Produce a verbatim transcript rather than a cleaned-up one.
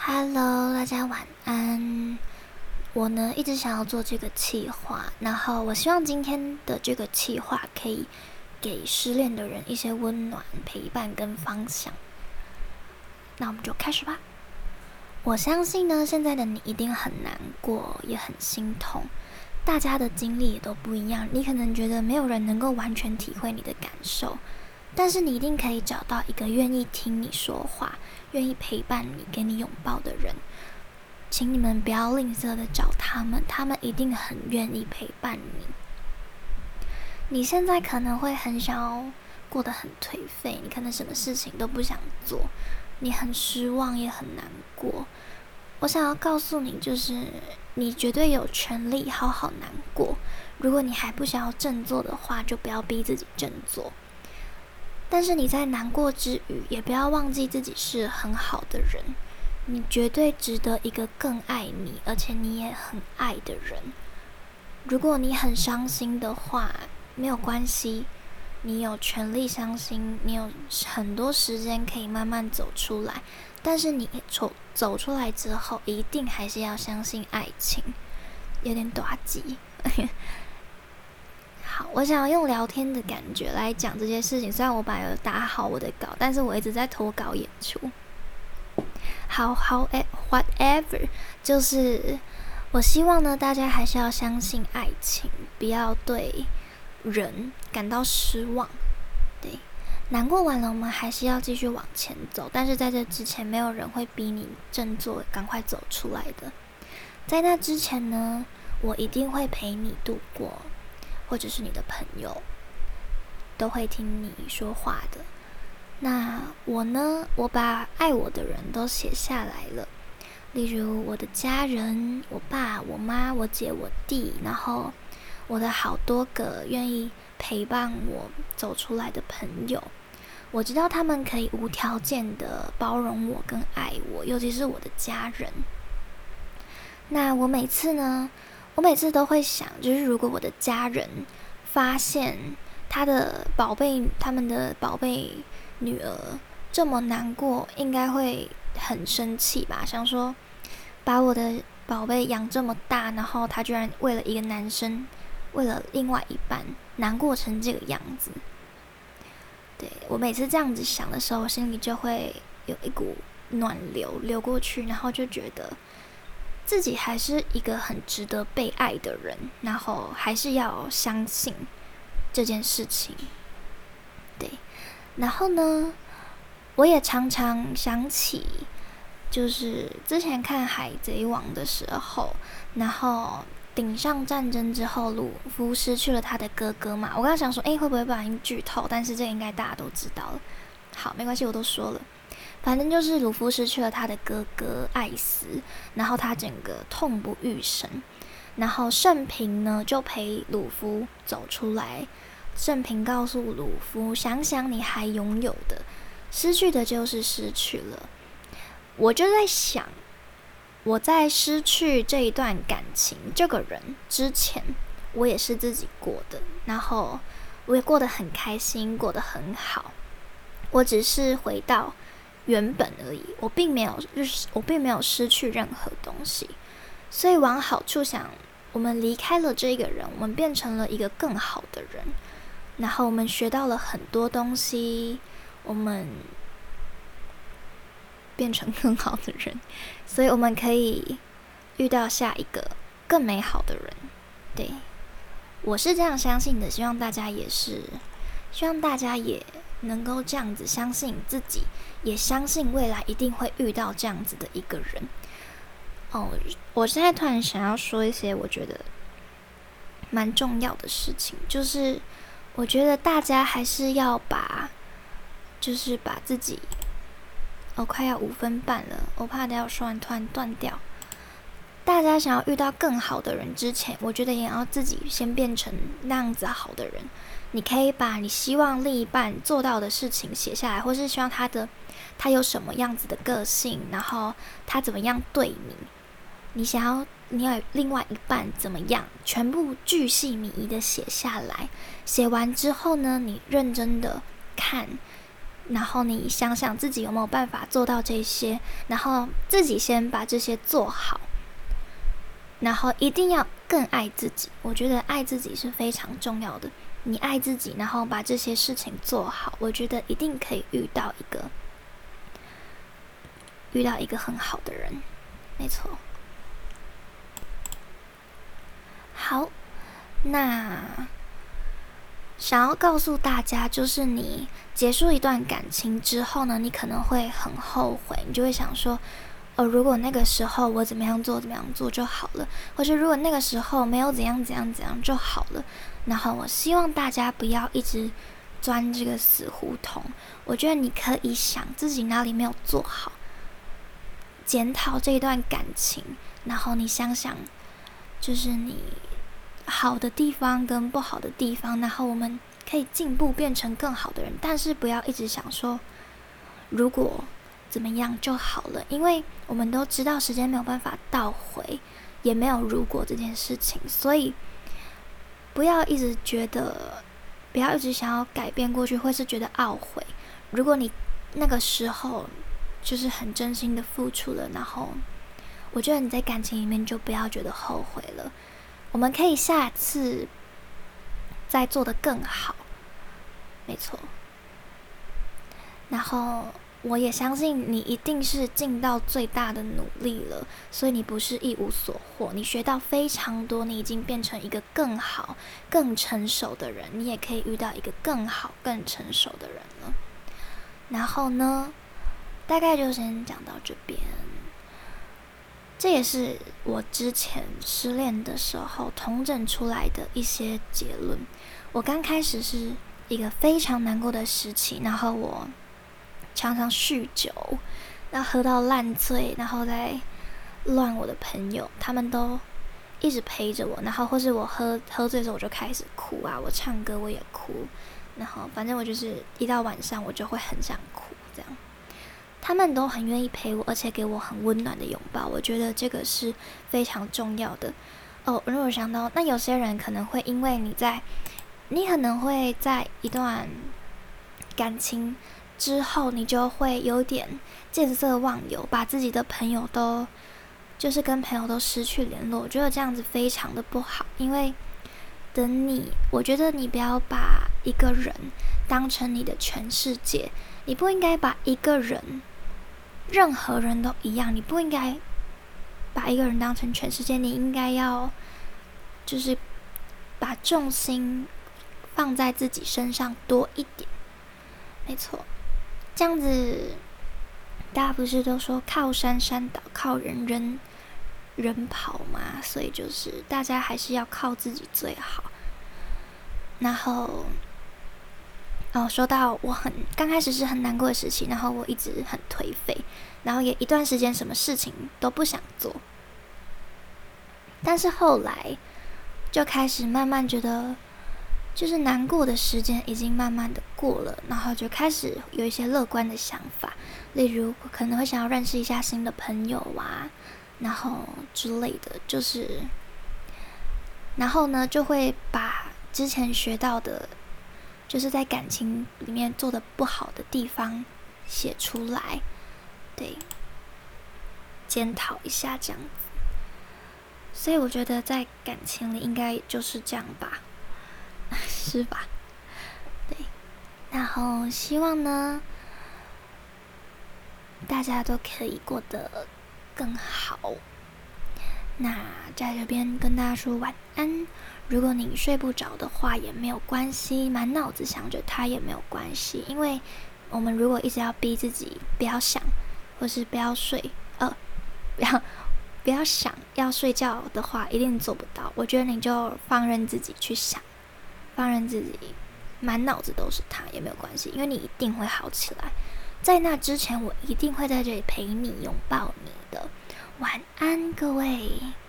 Hello，大家晚安。我呢一直想要做这个企划，然后我希望今天的这个企划可以给失恋的人一些温暖、陪伴跟方向。那我们就开始吧。我相信呢，现在的你一定很难过，也很心痛。大家的经历也都不一样，你可能觉得没有人能够完全体会你的感受，但是你一定可以找到一个愿意听你说话、愿意陪伴你、给你拥抱的人。请你们不要吝啬的找他们，他们一定很愿意陪伴你。你现在可能会很想要过得很颓废，你可能什么事情都不想做，你很失望也很难过。我想要告诉你，就是你绝对有权利好好难过。如果你还不想要振作的话，就不要逼自己振作。但是你在难过之余，也不要忘记自己是很好的人，你绝对值得一个更爱你，而且你也很爱的人。如果你很伤心的话，没有关系，你有权利伤心，你有很多时间可以慢慢走出来。但是你走走出来之后，一定还是要相信爱情。有点大忌。好，我想要用聊天的感觉来讲这些事情。虽然我本来有打好我的稿，但是我一直在脱稿演出。好好诶 whatever， 就是我希望呢，大家还是要相信爱情，不要对人感到失望。对，难过完了，我们还是要继续往前走。但是在这之前，没有人会逼你振作，赶快走出来的。在那之前呢，我一定会陪你度过，或者是你的朋友都会听你说话的。那我呢，我把爱我的人都写下来了，例如我的家人，我爸、我妈、我姐、我弟，然后我的好多个愿意陪伴我走出来的朋友。我知道他们可以无条件的包容我跟爱我，尤其是我的家人。那我每次呢，我每次都会想，就是如果我的家人发现他的宝贝，他们的宝贝女儿这么难过，应该会很生气吧？想说把我的宝贝养这么大，然后他居然为了一个男生，为了另外一半难过成这个样子。对，我每次这样子想的时候，我心里就会有一股暖流流过去，然后就觉得自己还是一个很值得被爱的人，然后还是要相信这件事情。对，然后呢，我也常常想起，就是之前看《海贼王》的时候，然后顶上战争之后，鲁夫失去了他的哥哥嘛。我刚刚想说，诶，会不会不小心剧透？但是这个应该大家都知道了。好，没关系，我都说了。反正就是鲁夫失去了他的哥哥艾斯，然后他整个痛不欲生。然后圣平呢，就陪鲁夫走出来。圣平告诉鲁夫，想想你还拥有的，失去的就是失去了。我就在想，我在失去这一段感情这个人之前，我也是自己过的，然后我也过得很开心，过得很好。我只是回到原本而已，我并没有我并没有失去任何东西。所以往好处想，我们离开了这个人，我们变成了一个更好的人，然后我们学到了很多东西，我们变成更好的人，所以我们可以遇到下一个更美好的人。对，我是这样相信的，希望大家也是，希望大家也能够这样子相信自己，也相信未来一定会遇到这样子的一个人。哦，我现在突然想要说一些我觉得蛮重要的事情，就是我觉得大家还是要把，就是把自己，哦，快要五分半了，我怕等下说完突然断掉。大家想要遇到更好的人之前，我觉得也要自己先变成那样子好的人。你可以把你希望另一半做到的事情写下来，或是希望他的他有什么样子的个性，然后他怎么样对你，你想要你要另外一半怎么样，全部巨细靡遗的写下来。写完之后呢，你认真的看然后你想想自己有没有办法做到这些，然后自己先把这些做好，然后一定要更爱自己。我觉得爱自己是非常重要的，你爱自己，然后把这些事情做好，我觉得一定可以遇到一个遇到一个很好的人，没错。好，那想要告诉大家，就是你结束一段感情之后呢，你可能会很后悔，你就会想说，哦，如果那个时候我怎么样做怎么样做就好了，或者如果那个时候没有怎样怎样怎样就好了。然后我希望大家不要一直钻这个死胡同，我觉得你可以想自己哪里没有做好，检讨这一段感情，然后你想想就是你好的地方跟不好的地方，然后我们可以进步变成更好的人，但是不要一直想说如果怎么样就好了，因为我们都知道时间没有办法倒回，也没有如果这件事情，所以不要一直觉得，不要一直想要改变过去，或是觉得懊悔。如果你那个时候就是很真心的付出了，然后我觉得你在感情里面就不要觉得后悔了，我们可以下次再做得更好，没错。然后我也相信你一定是尽到最大的努力了，所以你不是一无所获，你学到非常多，你已经变成一个更好更成熟的人，你也可以遇到一个更好更成熟的人了。然后呢，大概就先讲到这边。这也是我之前失恋的时候统整出来的一些结论。我刚开始是一个非常难过的时期，然后我常常酗酒，然后喝到烂醉，然后再乱我的朋友，他们都一直陪着我，然后或是我喝喝醉的时候我就开始哭啊，我唱歌我也哭，然后反正我就是一到晚上我就会很想哭这样。他们都很愿意陪我，而且给我很温暖的拥抱，我觉得这个是非常重要的。哦，如果想到，那有些人可能会因为你在，你可能会在一段感情之后，你就会有点见色忘友，把自己的朋友都，就是跟朋友都失去联络。我觉得这样子非常的不好，因为等你，我觉得你不要把一个人当成你的全世界，你不应该把一个人，任何人都一样，你不应该把一个人当成全世界，你应该要就是把重心放在自己身上多一点，没错。这样子，大家不是都说靠山山倒，靠人人人跑嘛？所以就是大家还是要靠自己最好。然后，哦，说到我很刚开始是很难过的时期，然后我一直很颓废，然后也一段时间什么事情都不想做。但是后来就开始慢慢觉得，就是难过的时间已经慢慢的过了，然后就开始有一些乐观的想法，例如可能会想要认识一下新的朋友啊，然后之类的，就是然后呢就会把之前学到的，就是在感情里面做的不好的地方写出来，对，检讨一下这样子。所以我觉得在感情里应该就是这样吧，是吧？对，然后希望呢，大家都可以过得更好。那在这边跟大家说晚安。如果你睡不着的话也没有关系，满脑子想着他也没有关系，因为我们如果一直要逼自己不要想，或是不要睡，呃，不要不要想要睡觉的话，一定做不到。我觉得你就放任自己去想，放任自己满脑子都是他也没有关系，因为你一定会好起来。在那之前，我一定会在这里陪你，拥抱你的。晚安，各位。